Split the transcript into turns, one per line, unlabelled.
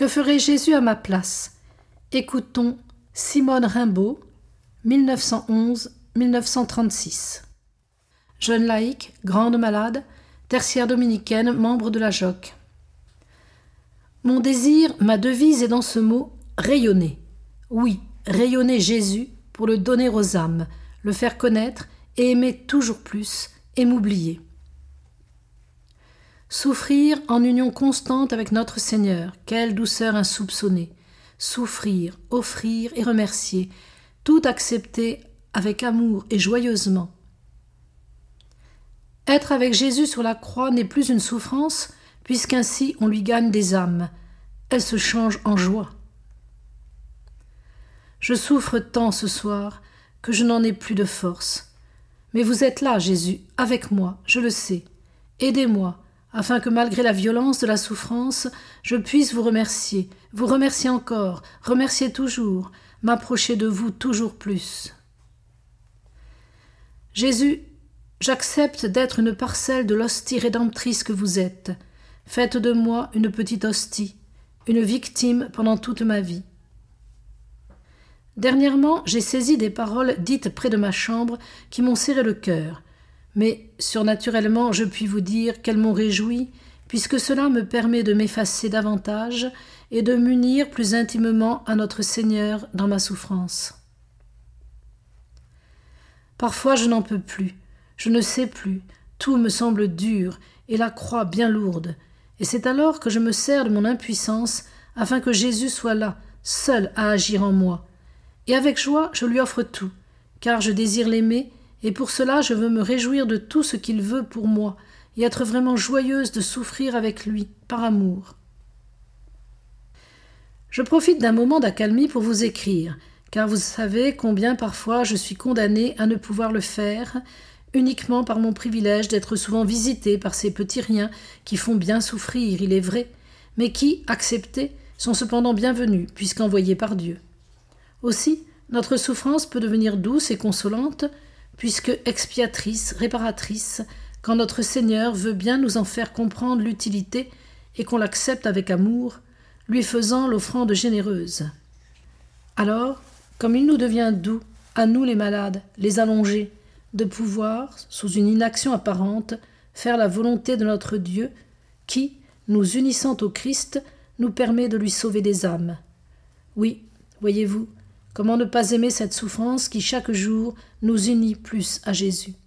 Que ferait Jésus à ma place? Écoutons Simone Rimbaud, 1911-1936. Jeune laïque, grande malade, tertiaire dominicaine, membre de la JOC. Mon désir, ma devise est dans ce mot « rayonner ». Oui, rayonner Jésus pour le donner aux âmes, le faire connaître et aimer toujours plus et m'oublier. Souffrir en union constante avec notre Seigneur, quelle douceur insoupçonnée. Souffrir, offrir et remercier, tout accepter avec amour et joyeusement. Être avec Jésus sur la croix n'est plus une souffrance, puisqu'ainsi on lui gagne des âmes. Elle se change en joie. Je souffre tant ce soir que je n'en ai plus de force. Mais vous êtes là, Jésus, avec moi, je le sais. Aidez-moi, afin que malgré la violence de la souffrance, je puisse vous remercier encore, remercier toujours, m'approcher de vous toujours plus. Jésus, j'accepte d'être une parcelle de l'hostie rédemptrice que vous êtes. Faites de moi une petite hostie, une victime pendant toute ma vie. Dernièrement, j'ai saisi des paroles dites près de ma chambre qui m'ont serré le cœur. Mais, surnaturellement, je puis vous dire qu'elles m'ont réjoui, puisque cela me permet de m'effacer davantage et de m'unir plus intimement à notre Seigneur dans ma souffrance. Parfois je n'en peux plus, je ne sais plus, tout me semble dur et la croix bien lourde, et c'est alors que je me sers de mon impuissance afin que Jésus soit là, seul à agir en moi. Et avec joie je lui offre tout, car je désire l'aimer, et pour cela je veux me réjouir de tout ce qu'il veut pour moi, et être vraiment joyeuse de souffrir avec lui, par amour. Je profite d'un moment d'accalmie pour vous écrire, car vous savez combien parfois je suis condamnée à ne pouvoir le faire, uniquement par mon privilège d'être souvent visitée par ces petits riens qui font bien souffrir, il est vrai, mais qui, acceptés, sont cependant bienvenus, puisqu'envoyés par Dieu. Aussi, notre souffrance peut devenir douce et consolante, puisque expiatrice, réparatrice, quand notre Seigneur veut bien nous en faire comprendre l'utilité et qu'on l'accepte avec amour, lui faisant l'offrande généreuse. Alors, comme il nous devient doux, à nous les malades, les allongés, de pouvoir, sous une inaction apparente, faire la volonté de notre Dieu, qui, nous unissant au Christ, nous permet de lui sauver des âmes. Oui, voyez-vous, comment ne pas aimer cette souffrance qui chaque jour nous unit plus à Jésus.